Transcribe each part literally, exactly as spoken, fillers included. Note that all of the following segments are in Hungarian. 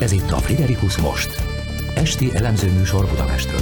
Ez itt a Friderikus Most, esti elemzőműsor Budapestről.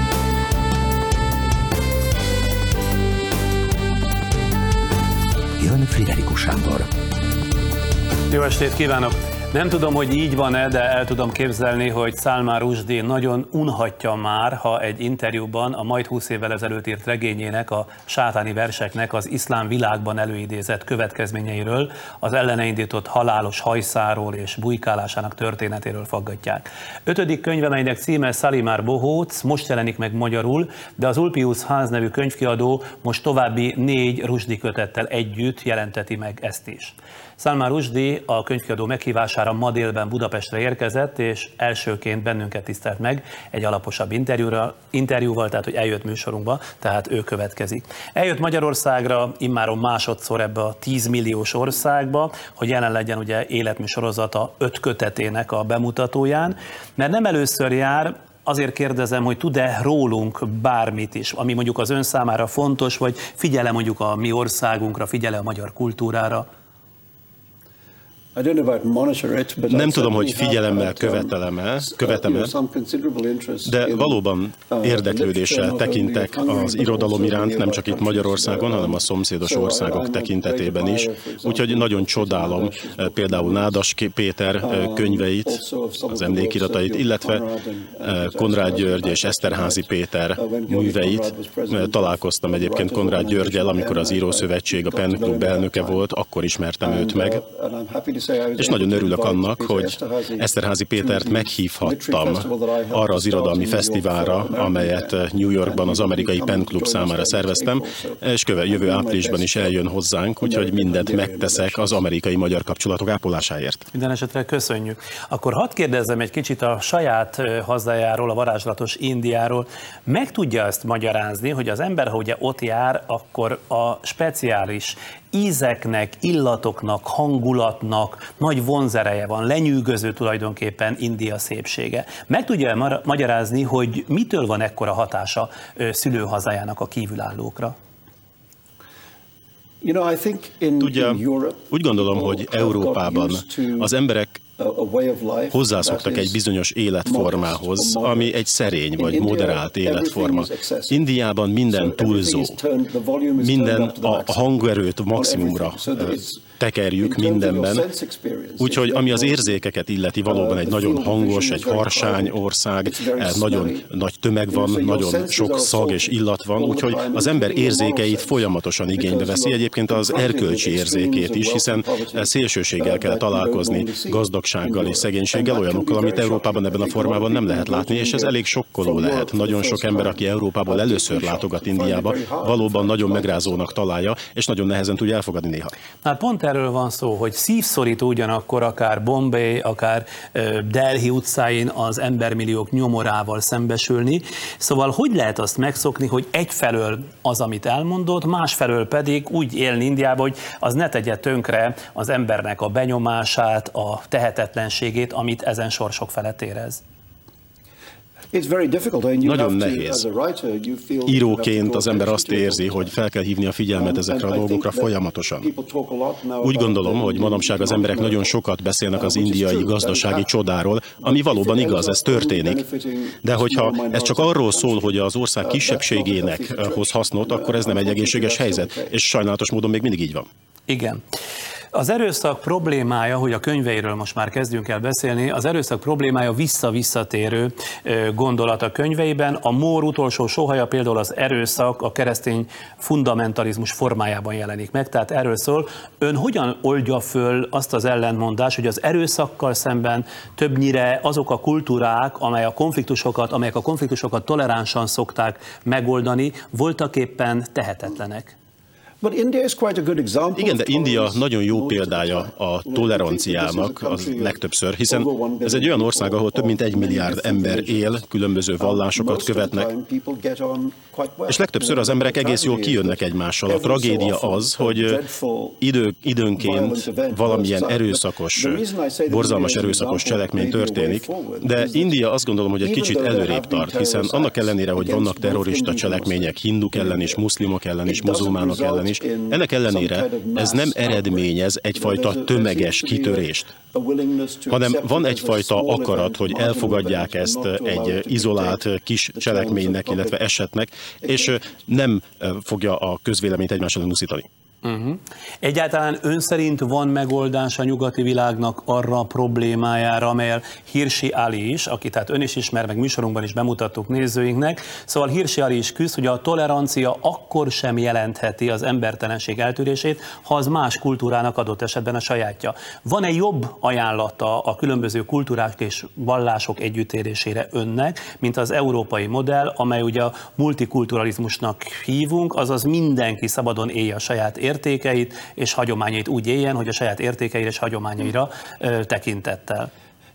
Jön Friderikus Sándor. Jó estét kívánok! Nem tudom, hogy így van-e, de el tudom képzelni, hogy Salman Rushdie nagyon unhatja már, ha egy interjúban a majd húsz évvel ezelőtt írt regényének, a sátáni verseknek az iszlám világban előidézett következményeiről, az ellene indított halálos hajszáról és bujkálásának történetéről faggatják. Ötödik könyve, melynek címe Szalimár Bohóc, most jelenik meg magyarul, de az Ulpius Ház nevű könyvkiadó most további négy Rushdie kötettel együtt jelenteti meg ezt is. Salman Rushdie a könyvkiadó meghívására ma délben Budapestre érkezett, és elsőként bennünket tisztelt meg egy alaposabb interjúra, interjúval, tehát hogy eljött műsorunkba, tehát ő következik. Eljött Magyarországra immáron másodszor ebbe a tízmilliós országba, hogy jelen legyen ugye életmű sorozata öt kötetének a bemutatóján, mert nem először jár. Azért kérdezem, hogy tud-e rólunk bármit is, ami mondjuk az ön számára fontos, vagy figyele mondjuk a mi országunkra, figyele a magyar kultúrára? Nem tudom, hogy figyelemmel követelem-e, követem-e, de valóban érdeklődéssel tekintek az irodalom iránt, nem csak itt Magyarországon, hanem a szomszédos országok tekintetében is. Úgyhogy nagyon csodálom például Nádas Péter könyveit, az emlékiratait, illetve Konrád György és Eszterházy Péter műveit. Találkoztam egyébként Konrád Györggyel, amikor az Írószövetség, a Pen Klub elnöke volt, akkor ismertem őt meg. És nagyon örülök annak, hogy Eszterházy Pétert meghívhattam arra az irodalmi fesztiválra, amelyet New Yorkban az amerikai Pen Club számára szerveztem, és köve, jövő áprilisban is eljön hozzánk, úgyhogy mindent megteszek az amerikai-magyar kapcsolatok ápolásáért. Minden esetre köszönjük. Akkor hadd kérdezzem egy kicsit a saját hazájáról, a varázslatos Indiáról. Meg tudja ezt magyarázni, hogy az ember, ha ugye ott jár, akkor a speciális ízeknek, illatoknak, hangulatnak nagy vonzereje van, lenyűgöző tulajdonképpen India szépsége. Meg tudja magyarázni, hogy mitől van ekkora hatása szülőhazájának a kívülállókra? Tudja, úgy gondolom, hogy Európában az emberek hozzászoktak egy bizonyos életformához, ami egy szerény vagy moderált életforma. Indiában minden túlzó, minden a hangerőt maximumra tekerjük mindenben, úgyhogy ami az érzékeket illeti, valóban egy nagyon hangos, egy harsány ország, nagyon nagy tömeg van, nagyon sok szag és illat van, úgyhogy az ember érzékeit folyamatosan igénybe veszi, egyébként az erkölcsi érzékét is, hiszen szélsőséggel kell találkozni, gazdagsággal és szegénységgel, olyanokkal, amit Európában ebben a formában nem lehet látni, és ez elég sokkoló lehet. Nagyon sok ember, aki Európából először látogat Indiába, valóban nagyon megrázónak találja, és nagyon nehezen tudja elfogadni néha. Hát pont erről van szó, hogy szívszorító ugyanakkor akár Bombay, akár Delhi utcáin az embermilliók nyomorával szembesülni. Szóval hogy lehet azt megszokni, hogy egyfelől az, amit elmondott, másfelől pedig úgy élni Indiában, hogy az ne tegye tönkre az embernek a benyomását, a tehetetlenségét, amit ezen sorsok felett érez? Nagyon nehéz. Íróként az ember azt érzi, hogy fel kell hívni a figyelmet ezekre a dolgokra folyamatosan. Úgy gondolom, hogy manapság az emberek nagyon sokat beszélnek az indiai gazdasági csodáról, ami valóban igaz, ez történik. De hogyha ez csak arról szól, hogy az ország kisebbségének hoz hasznot, akkor ez nem egy egészséges helyzet, és sajnálatos módon még mindig így van. Igen. Az erőszak problémája, hogy a könyveiről most már kezdjünk el beszélni, az erőszak problémája vissza-visszatérő gondolat a könyveiben. A Mór utolsó sóhaja például az erőszak a keresztény fundamentalizmus formájában jelenik meg, tehát erről szól. Ön hogyan oldja föl azt az ellentmondást, hogy az erőszakkal szemben többnyire azok a kultúrák, amely a konfliktusokat, amelyek a konfliktusokat toleránsan szokták megoldani, voltaképpen tehetetlenek? Igen, de India nagyon jó példája a toleranciának az legtöbbször, hiszen ez egy olyan ország, ahol több mint egy milliárd ember él, különböző vallásokat követnek, és legtöbbször az emberek egész jól kijönnek egymással. A tragédia az, hogy idő, időnként valamilyen erőszakos, borzalmas erőszakos cselekmény történik, de India azt gondolom, hogy egy kicsit előrébb tart, hiszen annak ellenére, hogy vannak terrorista cselekmények hinduk ellen is, muszlimok ellen is, muzulmánok ellen is, is. Ennek ellenére ez nem eredményez egyfajta tömeges kitörést, hanem van egyfajta akarat, hogy elfogadják ezt egy izolált kis cselekménynek, illetve esetnek, és nem fogja a közvéleményt egymás ellen uszítani. Uh-huh. Egyáltalán ön szerint van megoldás a nyugati világnak arra a problémájára, amelyel Hirsi Ali is, aki tehát ön is ismer, meg műsorunkban is bemutattuk nézőinknek, szóval Hirsi Ali is küzd, hogy a tolerancia akkor sem jelentheti az embertelenség eltűrését, ha az más kultúrának adott esetben a sajátja. Van-e jobb ajánlata a különböző kultúrák és vallások együttélésére önnek, mint az európai modell, amely ugye a multikulturalizmusnak hívunk, azaz mindenki szabadon élje a saját értékeit és hagyományait, úgy éljen, hogy a saját értékeire és hagyományaira ö, tekintettel.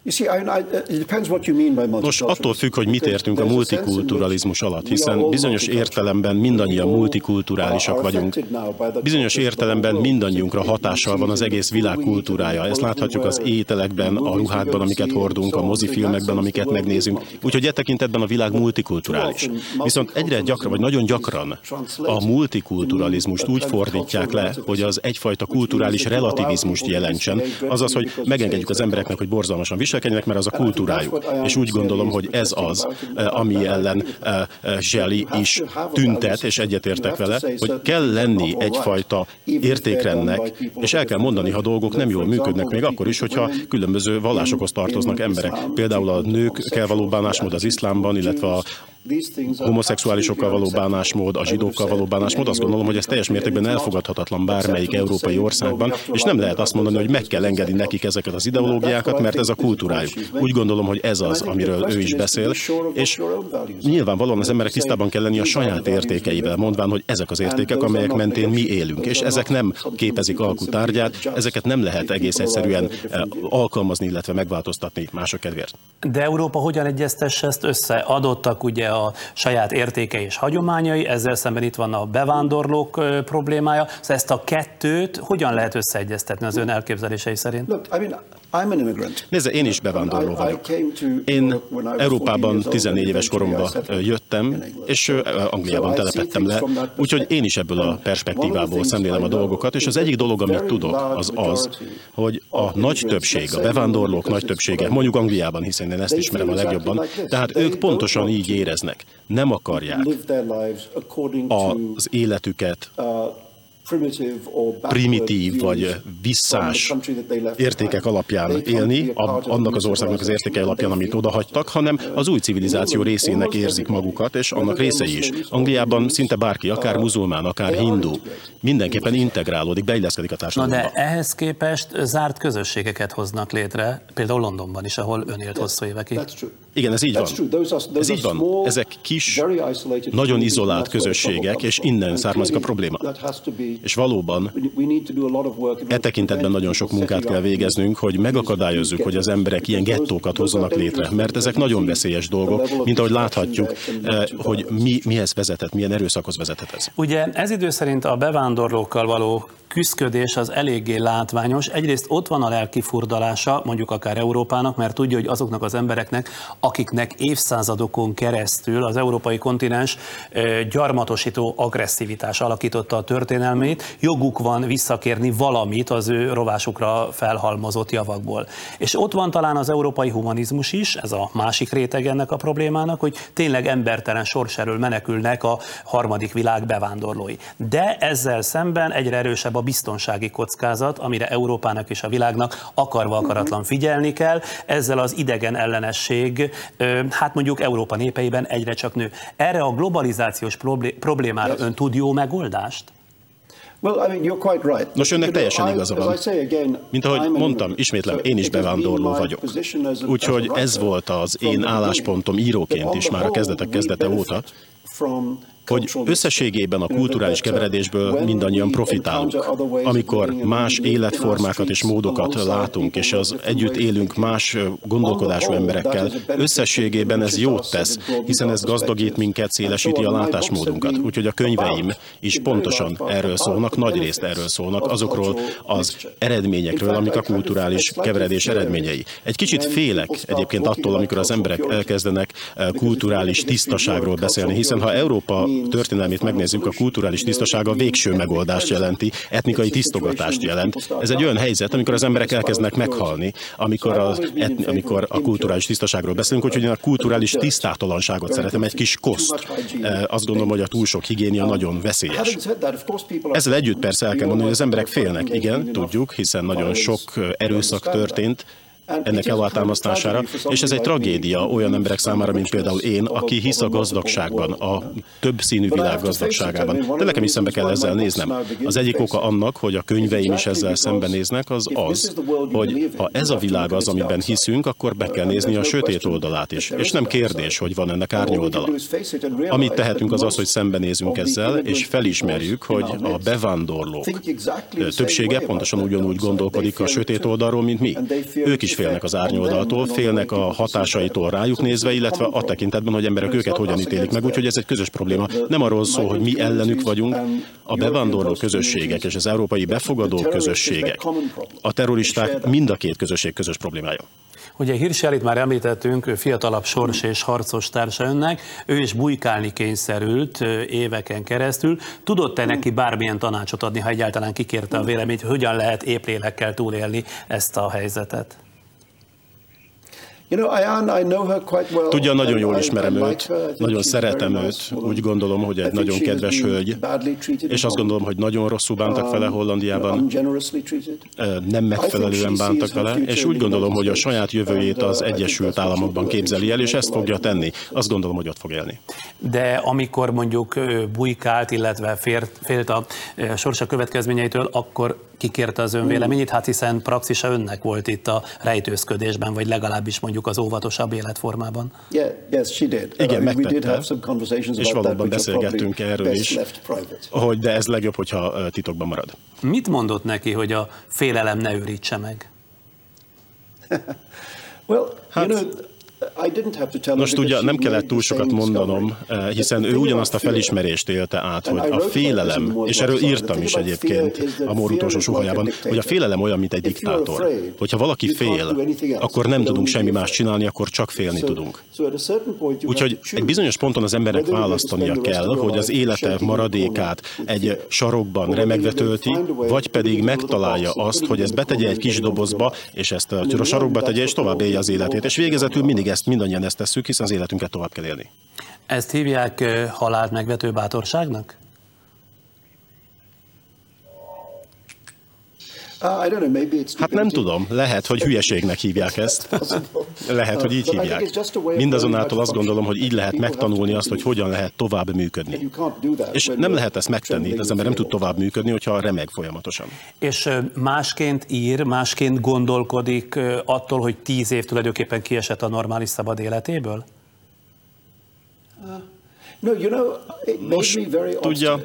Nos, attól függ, hogy mit értünk a multikulturalizmus alatt, hiszen bizonyos értelemben mindannyian multikulturálisak vagyunk. Bizonyos értelemben mindannyiunkra hatással van az egész világ kultúrája. Ezt láthatjuk az ételekben, a ruhákban, amiket hordunk, a mozifilmekben, amiket megnézünk. Úgyhogy e tekintetben a világ multikulturális. Viszont egyre gyakran, vagy nagyon gyakran a multikulturalizmust úgy fordítják le, hogy az egyfajta kulturális relativizmust jelentsen, azaz, hogy megengedjük az embereknek, hogy borzalmasan viselkedjenek, mert az a kultúrájuk. És úgy gondolom, hogy ez az, ami ellen Zseli is tüntet, és egyetértek vele, hogy kell lenni egyfajta értékrendnek, és el kell mondani, ha dolgok nem jól működnek, még akkor is, hogyha különböző vallásokhoz tartoznak emberek. Például a nőkkel való bánásmód az iszlámban, illetve a homoszexuálisokkal való bánásmód, a zsidókkal való bánásmód, azt gondolom, hogy ez teljes mértékben elfogadhatatlan bármelyik európai országban, és nem lehet azt mondani, hogy meg kell engedni nekik ezeket az ideológiákat, mert ez a kultúrájuk. Úgy gondolom, hogy ez az, amiről ő is beszél, és nyilvánvalóan az emberek tisztában kell lenni a saját értékeivel, mondván, hogy ezek az értékek, amelyek mentén mi élünk, és ezek nem képezik alkutárgyát, ezeket nem lehet egész egyszerűen alkalmazni, illetve megváltoztatni mások kedvéért. De Európa hogyan egyeztesse ezt össze? Adottak ugye a saját értékei és hagyományai, ezzel szemben itt van a bevándorlók problémája. Szóval ezt a kettőt hogyan lehet összeegyeztetni az ön elképzelései szerint? Nézze, én is bevándorló vagyok. Én Európában tizennégy éves koromban jöttem, és Angliában telepedtem le, úgyhogy én is ebből a perspektívából szemlélem a dolgokat, és az egyik dolog, amit tudok, az az, hogy a nagy többség, a bevándorlók nagy többsége, mondjuk Angliában, hiszen én ezt ismerem a legjobban, tehát ők pontosan így éreznek. Nem akarják az életüket primitív vagy visszás értékek alapján élni, annak az országnak az értékei alapján, amit odahagytak, hanem az új civilizáció részének érzik magukat, és annak részei is. Angliában szinte bárki, akár muzulmán, akár hindu, mindenképpen integrálódik, beilleszkedik a társadalomba. Na de ehhez képest zárt közösségeket hoznak létre, például Londonban is, ahol ön élt hosszú évekig. Igen, ez így van. Ez így van. Ezek kis, nagyon izolált közösségek, és innen származik a probléma. És valóban e tekintetben nagyon sok munkát kell végeznünk, hogy megakadályozzuk, hogy az emberek ilyen gettókat hozzanak létre, mert ezek nagyon veszélyes dolgok, mint ahogy láthatjuk, hogy mi, mihez vezetett, milyen erőszakhoz vezetett ez. Ugye ez idő szerint a bevándorlókkal való küszködés az eléggé látványos. Egyrészt ott van a lelki furdalása, mondjuk akár Európának, mert tudja, hogy azoknak az embereknek, akiknek évszázadokon keresztül az európai kontinens gyarmatosító agresszivitás alakította a történelmét, joguk van visszakérni valamit az ő rovásukra felhalmozott javakból. És ott van talán az európai humanizmus is, ez a másik réteg ennek a problémának, hogy tényleg embertelen sors elől menekülnek a harmadik világ bevándorlói. De ezzel szemben egyre erősebb a biztonsági kockázat, amire Európának és a világnak akarva akaratlan figyelni kell. Ezzel az idegen ellenesség, hát mondjuk Európa népeiben egyre csak nő. Erre a globalizációs problémára ön tud jó megoldást? Nos, önnek teljesen igaza van. Mint ahogy mondtam, ismétlem, én is bevándorló vagyok. Úgyhogy ez volt az én álláspontom íróként is már a kezdetek kezdete óta, hogy összességében a kulturális keveredésből mindannyian profitálunk. Amikor más életformákat és módokat látunk, és az együtt élünk más gondolkodású emberekkel, összességében ez jót tesz, hiszen ez gazdagít minket, szélesíti a látásmódunkat. Úgyhogy a könyveim is pontosan erről szólnak, nagyrészt erről szólnak, azokról az eredményekről, amik a kulturális keveredés eredményei. Egy kicsit félek egyébként attól, amikor az emberek elkezdenek kulturális tisztaságról beszélni, hiszen ha Európa történelmét megnézzük, a kulturális tisztaság a végső megoldást jelenti, etnikai tisztogatást jelent. Ez egy olyan helyzet, amikor az emberek elkezdenek meghalni, amikor a, etni, amikor a kulturális tisztaságról beszélünk, úgyhogy én a kulturális tisztátalanságot szeretem, egy kis koszt. Azt gondolom, hogy a túl sok higiénia nagyon veszélyes. Ezzel együtt persze el kell mondani, hogy az emberek félnek. Igen, tudjuk, hiszen nagyon sok erőszak történt ennek elvátámasztására, és ez egy tragédia olyan emberek számára, mint például én, aki hisz a gazdagságban, a több színű világ gazdagságában. De nekem is szembe kell ezzel néznem. Az egyik oka annak, hogy a könyveim is ezzel szembenéznek, az az, hogy ha ez a világ az, amiben hiszünk, akkor be kell nézni a sötét oldalát is. És nem kérdés, hogy van ennek árnyoldala. Amit tehetünk az az, hogy szembenézünk ezzel, és felismerjük, hogy a bevándorlók többsége pontosan ugyanúgy gondolkodik a sötét oldalról, mint mi. Ők is félnek az árnyoldaltól, félnek a hatásaitól rájuk nézve, illetve a tekintetben, hogy emberek őket hogyan ítélik meg, úgyhogy ez egy közös probléma. Nem arról szól, hogy mi ellenük vagyunk, a bevándorló közösségek és az európai befogadó közösségek, a terroristák mind a két közösség közös problémája. Ugye Hirschellit már említettünk, ő fiatalabb sors és harcos társa önnek, ő is bujkálni kényszerült éveken keresztül. Tudott-e neki bármilyen tanácsot adni, ha egyáltalán kikérte a véleményt, hogy hogyan lehet épp lélekkel túlélni ezt a helyzetet? Tudja, nagyon jól ismerem őt, nagyon szeretem őt, úgy gondolom, hogy egy nagyon kedves hölgy, és azt gondolom, hogy nagyon rosszul bántak vele Hollandiában, nem megfelelően bántak vele, és úgy gondolom, hogy a saját jövőjét az Egyesült Államokban képzeli el, és ezt fogja tenni. Azt gondolom, hogy ott fog élni. De amikor mondjuk bujkált, illetve félt, félt a sorsa következményeitől, akkor kikérte az ön véleményét, hát hiszen praxisa önnek volt itt a rejtőzködésben, vagy legalábbis mondjuk az óvatosabb életformában. Igen, megtette, és valóban beszélgettünk erről is, hogy de ez legjobb, hogyha titokban marad. Mit mondott neki, hogy a félelem ne őrítse meg? Hát, Nos, tudja, nem kellett túl sokat mondanom, hiszen ő ugyanazt a felismerést élte át, hogy a félelem, és erről írtam is egyébként a Mór utolsó suhajában, hogy a félelem olyan, mint egy diktátor. Hogyha valaki fél, akkor nem tudunk semmi más csinálni, akkor csak félni tudunk. Úgyhogy egy bizonyos ponton az embernek választania kell, hogy az élete maradékát egy sarokban remegve tölti, vagy pedig megtalálja azt, hogy ezt betegye egy kis dobozba, és ezt a sarokba tegye, és tovább élje az életét. És végezetül mindig ezt, mindannyian ezt tesszük, hiszen az életünket tovább kell élni. Ezt hívják halált megvető bátorságnak? Hát nem tudom, lehet, hogy hülyeségnek hívják ezt. Lehet, hogy így hívják. Mindazonáltal azt gondolom, hogy így lehet megtanulni azt, hogy hogyan lehet tovább működni. És nem lehet ezt megtenni, az ember nem tud tovább működni, hogyha remeg folyamatosan. És másként ír, másként gondolkodik attól, hogy tíz év tulajdonképpen kiesett a normális szabad életéből? Nos, tudja,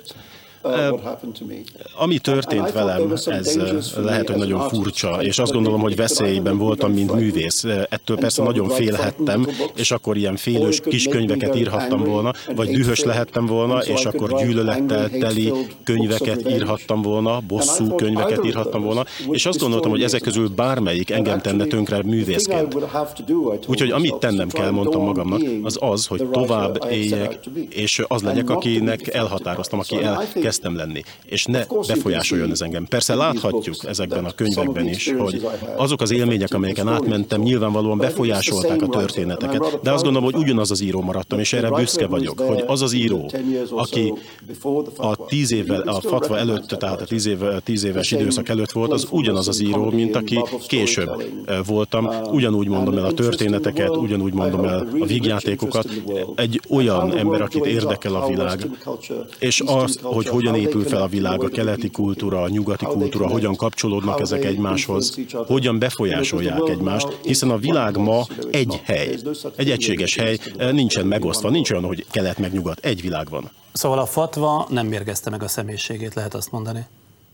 ami történt velem, ez lehet, hogy nagyon furcsa, és azt gondolom, hogy veszélyben voltam, mint művész. Ettől persze nagyon félhettem, és akkor ilyen félős kis könyveket írhattam volna, vagy dühös lehettem volna, és akkor gyűlölettel teli könyveket írhattam volna, bosszú könyveket írhattam volna, és azt gondoltam, hogy ezek közül bármelyik engem tenne tönkre művészként. Úgyhogy amit tennem kell, mondtam magamnak, az az, hogy tovább éljek, és az legyek, akinek elhatároztam, aki elkezdtem lenni, és ne befolyásoljon ez engem. Persze láthatjuk ezekben a könyvekben is, hogy azok az élmények, amelyeken átmentem, nyilvánvalóan befolyásolták a történeteket, de azt gondolom, hogy ugyanaz az író maradtam, és erre büszke vagyok, hogy az az író, aki a tíz évvel, a fatva előtt, tehát a tíz, év, tíz éves időszak előtt volt, az ugyanaz az író, mint aki később voltam. Ugyanúgy mondom el a történeteket, ugyanúgy mondom el a vígjátékokat. Egy olyan ember, akit érdekel a világ, és az, hogy hogyan épül fel a világ, a keleti kultúra, a nyugati kultúra, hogyan kapcsolódnak ezek egymáshoz, hogyan befolyásolják egymást, hiszen a világ ma egy hely, egy egységes hely, nincsen megosztva, nincs olyan, hogy kelet meg nyugat, egy világ van. Szóval a fatva nem mérgezte meg a személyiségét, lehet azt mondani?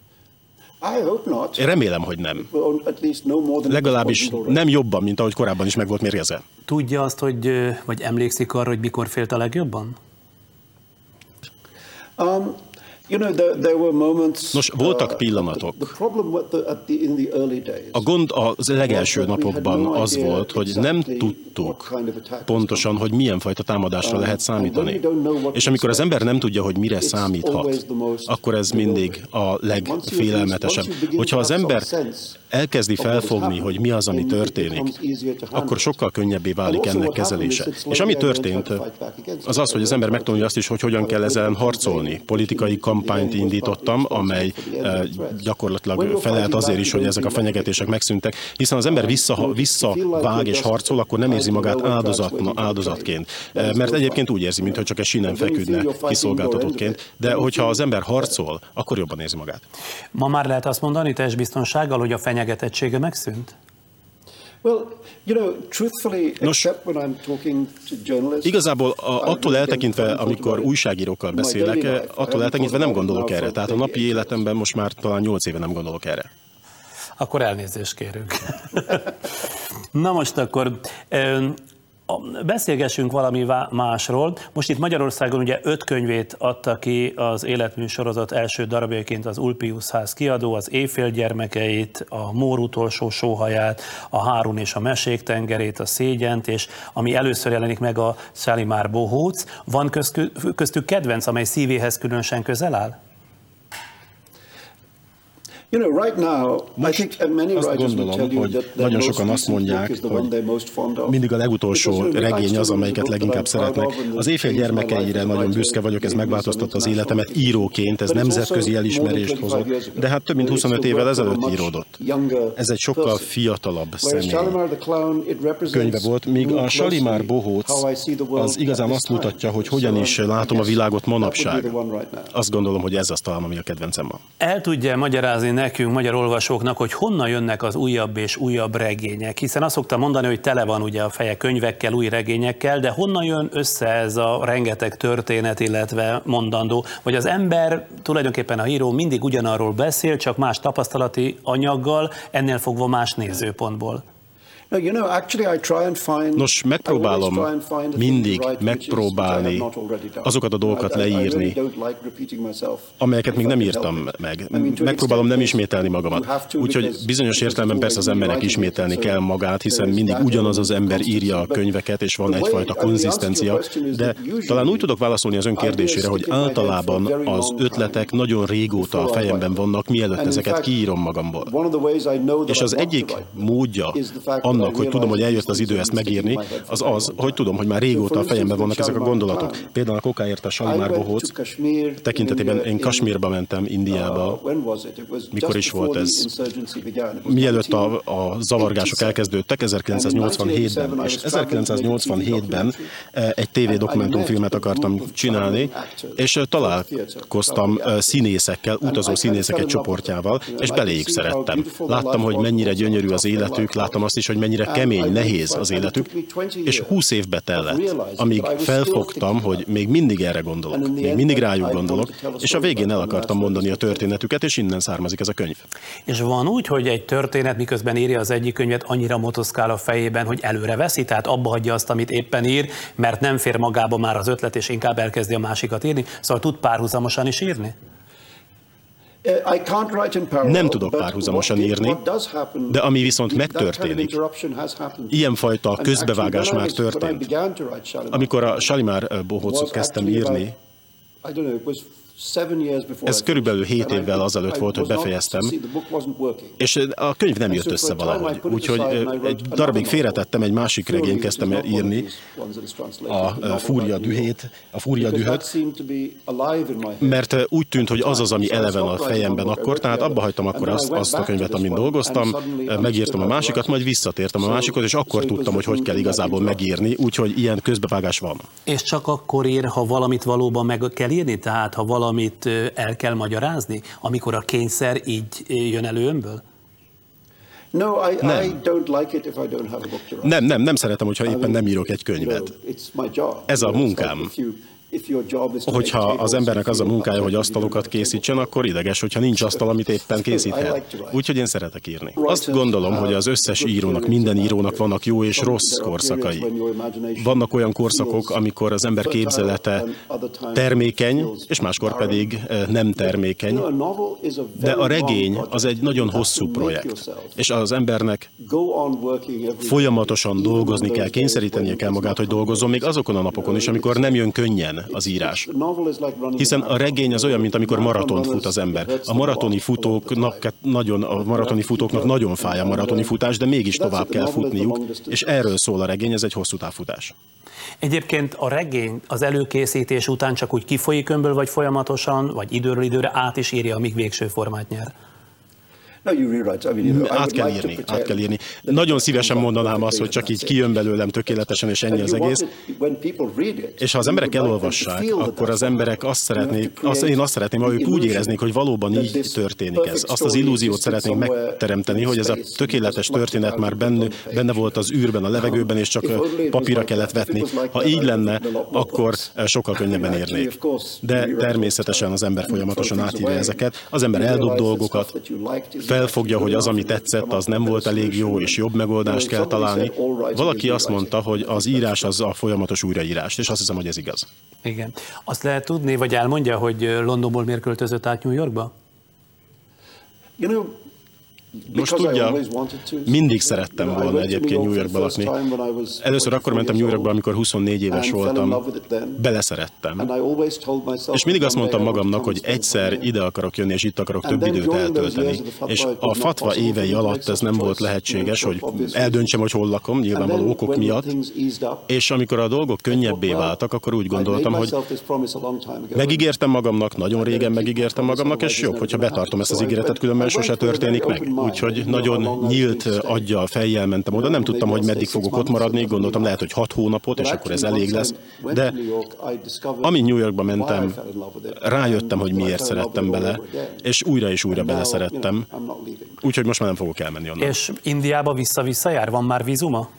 Én remélem, hogy nem. Legalábbis nem jobban, mint ahogy korábban is meg volt mérgezve. Tudja azt, hogy, vagy emlékszik arra, hogy mikor félt a legjobban? Nos, voltak pillanatok. A gond az legelső napokban az volt, hogy nem tudtuk pontosan, hogy milyen fajta támadásra lehet számítani. És amikor az ember nem tudja, hogy mire számíthat, akkor ez mindig a legfélelmetesebb. Hogyha az ember elkezdi felfogni, hogy mi az, ami történik, akkor sokkal könnyebbé válik ennek kezelése. És ami történt, az az, hogy az ember megtanulja azt is, hogy hogyan kell ezzel harcolni. Politikai kampányt indítottam, amely gyakorlatilag felelt azért is, hogy ezek a fenyegetések megszűntek, hiszen az ember vissza, visszavág és harcol, akkor nem érzi magát áldozat, áldozatként. Mert egyébként úgy érzi, mintha csak egy sínen feküdne kiszolgáltatottként, de hogyha az ember harcol, akkor jobban érzi magát. Ma már lehet azt mondani teljes biztonsággal, hogy a fenyegetettsége megszűnt? Nos, igazából attól eltekintve, amikor újságírókkal beszélek, attól eltekintve nem gondolok erre. Tehát a napi életemben most már talán nyolc éve nem gondolok erre. Akkor elnézést kérünk. Na most akkor beszélgessünk valami másról. Most itt Magyarországon ugye öt könyvét adta ki az életműsorozat első darabjaként az Ulpius Ház kiadó, az Éjfél gyermekeit, a Mór utolsó sóhaját, a Hárun és a Mesék tengerét, a Szégyent, és ami először jelenik meg, a Shalimar Bohóc. Van köztük, köztük kedvenc, amely szívéhez különösen közel áll? Most azt gondolom, hogy nagyon sokan azt mondják, hogy mindig a legutolsó regény az, amelyiket leginkább szeretnek. Az Éjfél gyermekeire nagyon büszke vagyok, ez megváltoztatta az életemet íróként, ez nemzetközi elismerést hozott, de hát több mint huszonöt évvel ezelőtt íródott. Ez egy sokkal fiatalabb személy könyve volt, míg a Shalimar Bohóc az igazán azt mutatja, hogy hogyan is látom a világot manapság. Azt gondolom, hogy ez az talán, ami a kedvencem van. El tudja magyarázni nekünk, magyar olvasóknak, hogy honnan jönnek az újabb és újabb regények, hiszen azt szoktam mondani, hogy tele van ugye a feje könyvekkel, új regényekkel, de honnan jön össze ez a rengeteg történet, illetve mondandó, vagy az ember, tulajdonképpen a író mindig ugyanarról beszél, csak más tapasztalati anyaggal, ennél fogva más nézőpontból. Nos, megpróbálom mindig megpróbálni azokat a dolgokat leírni, amelyeket még nem írtam meg. Megpróbálom nem ismételni magamat. Úgyhogy bizonyos értelemben persze az embernek ismételni kell magát, hiszen mindig ugyanaz az ember írja a könyveket, és van egyfajta konzisztencia, de talán úgy tudok válaszolni az ön kérdésére, hogy általában az ötletek nagyon régóta a fejemben vannak, mielőtt ezeket kiírom magamból. És az egyik módja annak, hogy tudom, hogy eljött az idő ezt megírni, az az, hogy tudom, hogy már régóta a fejemben vannak ezek a gondolatok. Például a Kokáért a Shalimar Bohóc tekintetében én Kasmírba mentem, Indiába. Mikor is volt ez? Mielőtt a, a zavargások elkezdődtek, ezerkilencszáznyolcvanhétben. És ezerkilencszáznyolcvanhétben egy tévé dokumentumfilmet akartam csinálni, és találkoztam színészekkel, utazó színészek egy csoportjával, és beléjük szerettem. Láttam, hogy mennyire gyönyörű az életük, láttam azt is, hogy mennyire kemény, nehéz az életük, és húsz évbe tellett, amíg felfogtam, hogy még mindig erre gondolok, még mindig rájuk gondolok, és a végén el akartam mondani a történetüket, és innen származik ez a könyv. És van úgy, hogy egy történet, miközben írja az egyik könyvet, annyira motoszkál a fejében, hogy előre veszi, tehát abba hagyja azt, amit éppen ír, mert nem fér magába már az ötlet, és inkább elkezdi a másikat írni, szóval tud párhuzamosan is írni? Nem tudok párhuzamosan írni, de ami viszont megtörténik, ilyenfajta közbevágás már történt. Amikor a Shalimar Bohócot kezdtem írni, ez körülbelül hét évvel azelőtt volt, hogy befejeztem, és a könyv nem jött össze valahogy. Úgyhogy egy darabig félretettem, egy másik regényt kezdtem el írni, a Fúria dühét, a Fúria dühöt, mert úgy tűnt, hogy az az, ami eleven a fejemben akkor, tehát abba hagytam akkor azt, azt a könyvet, amin dolgoztam, megírtam a másikat, majd visszatértem a másikot, és akkor tudtam, hogy hogy kell igazából megírni, úgyhogy ilyen közbevágás van. És csak akkor ír, ha valamit valóban meg kell írni, tehát ha valami amit el kell magyarázni, amikor a kényszer így jön elő önből? Nem. Nem, nem, nem szeretem, hogyha éppen nem írok egy könyvet. Ez a munkám. Hogyha az embernek az a munkája, hogy asztalokat készítsen, akkor ideges, hogyha nincs asztal, amit éppen készíthet. Úgyhogy én szeretek írni. Azt gondolom, hogy az összes írónak, minden írónak vannak jó és rossz korszakai. Vannak olyan korszakok, amikor az ember képzelete termékeny, és máskor pedig nem termékeny. De a regény az egy nagyon hosszú projekt, és az embernek folyamatosan dolgozni kell, kényszerítenie kell magát, hogy dolgozzon, még azokon a napokon is, amikor nem jön könnyen az írás. Hiszen a regény az olyan, mint amikor maratont fut az ember. A maratoni futóknak nagyon, a maratoni futóknak nagyon fáj a maratoni futás, de mégis tovább kell futniuk, és erről szól a regény, ez egy hosszú távfutás. Egyébként a regény az előkészítés után csak úgy kifolyik önből, vagy folyamatosan, vagy időről időre át is írja, amíg végső formát nyer? Át kell írni, át kell írni. Nagyon szívesen mondanám azt, hogy csak így kijön belőlem tökéletesen, és ennyi az egész. És ha az emberek elolvassák, akkor az emberek azt szeretnék, azt, én azt szeretném, ha ők úgy éreznék, hogy valóban így történik ez. Azt az illúziót szeretnénk megteremteni, hogy ez a tökéletes történet már benne, benne volt az űrben, a levegőben, és csak papírra kellett vetni. Ha így lenne, akkor sokkal könnyebben érnék. De természetesen az ember folyamatosan átírja ezeket. Az ember eldob dolgokat, felfogja, hogy az, ami tetszett, az nem volt elég jó, és jobb megoldást kell találni. Valaki azt mondta, hogy az írás az a folyamatos újraírás, és azt hiszem, hogy ez igaz. Igen. Azt lehet tudni, vagy elmondja, hogy Londonból miért költözött át New Yorkba? Most tudja, mindig szerettem volna egyébként New Yorkba lakni. Először akkor mentem New Yorkba, amikor huszonnégy éves voltam. Beleszerettem. És mindig azt mondtam magamnak, hogy egyszer ide akarok jönni, és itt akarok több időt eltölteni. És a fatva évei alatt ez nem volt lehetséges, hogy eldöntsem, hogy hol lakom, nyilvánvaló okok miatt. És amikor a dolgok könnyebbé váltak, akkor úgy gondoltam, hogy megígértem magamnak, nagyon régen megígértem magamnak, és jobb, hogyha betartom ezt az ígéretet, különben sose történik meg. Úgyhogy nagyon nyílt aggyal, fejjel mentem oda. Nem tudtam, hogy meddig fogok ott maradni, gondoltam lehet, hogy hat hónapot, és akkor ez elég lesz. De amint New Yorkba mentem, rájöttem, hogy miért szerettem bele, és újra és újra beleszerettem. Úgyhogy most már nem fogok elmenni onnan. És Indiába vissza-vissza jár? Van már vízuma?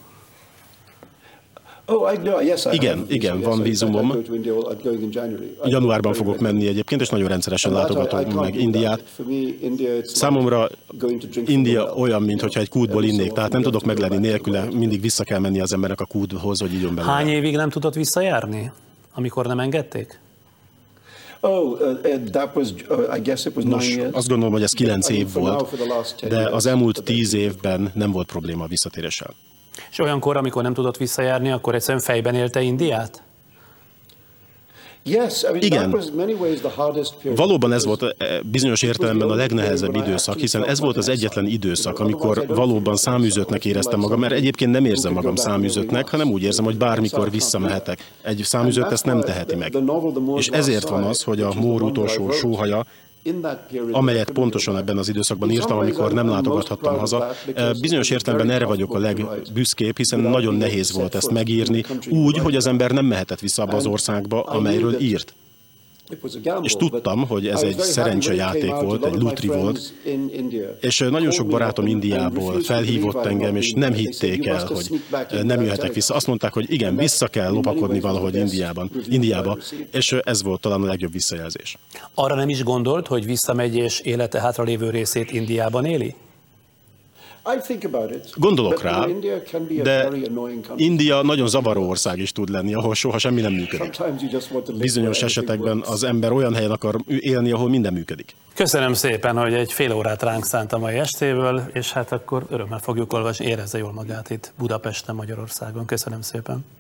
Igen, igen, van vízumom. Januárban fogok menni egyébként, és nagyon rendszeresen látogatom meg Indiát. Számomra India olyan, mintha egy kútból innék, tehát nem tudok meglenni nélküle, mindig vissza kell menni az embernek a kúthoz, hogy igyon belőle. Hány évig nem tudott visszajárni, amikor nem engedték? Nos, azt gondolom, hogy ez kilenc év volt, de az elmúlt tíz évben nem volt probléma a visszatéréssel. És olyankor, amikor nem tudott visszajárni, akkor egyszerűen fejben élte Indiát? Igen, valóban ez volt bizonyos értelemben a legnehezebb időszak, hiszen ez volt az egyetlen időszak, amikor valóban száműzöttnek éreztem magam, mert egyébként nem érzem magam száműzöttnek, hanem úgy érzem, hogy bármikor visszamehetek. Egy száműzött ezt nem teheti meg. És ezért van az, hogy a Mór utolsó sóhaja, amelyet pontosan ebben az időszakban írtam, amikor nem látogathattam haza. Bizonyos értelemben erre vagyok a legbüszkébb, hiszen nagyon nehéz volt ezt megírni, úgy, hogy az ember nem mehetett vissza abba az országba, amelyről írt. És tudtam, hogy ez egy szerencsejáték volt, egy lutri volt, és nagyon sok barátom Indiából felhívott engem, és nem hitték el, hogy nem jöhetek vissza. Azt mondták, hogy igen, vissza kell lopakodni valahogy Indiában, Indiába, és ez volt talán a legjobb visszajelzés. Arra nem is gondolt, hogy visszamegy és élete hátralévő részét Indiában éli? Gondolok rá, de India nagyon zavaró ország is tud lenni, ahol soha semmi nem működik. Bizonyos esetekben az ember olyan helyen akar élni, ahol minden működik. Köszönöm szépen, hogy egy fél órát ránk szánt a mai estéből, és hát akkor örömmel fogjuk olvasni, érezze jól magát itt Budapesten, Magyarországon. Köszönöm szépen.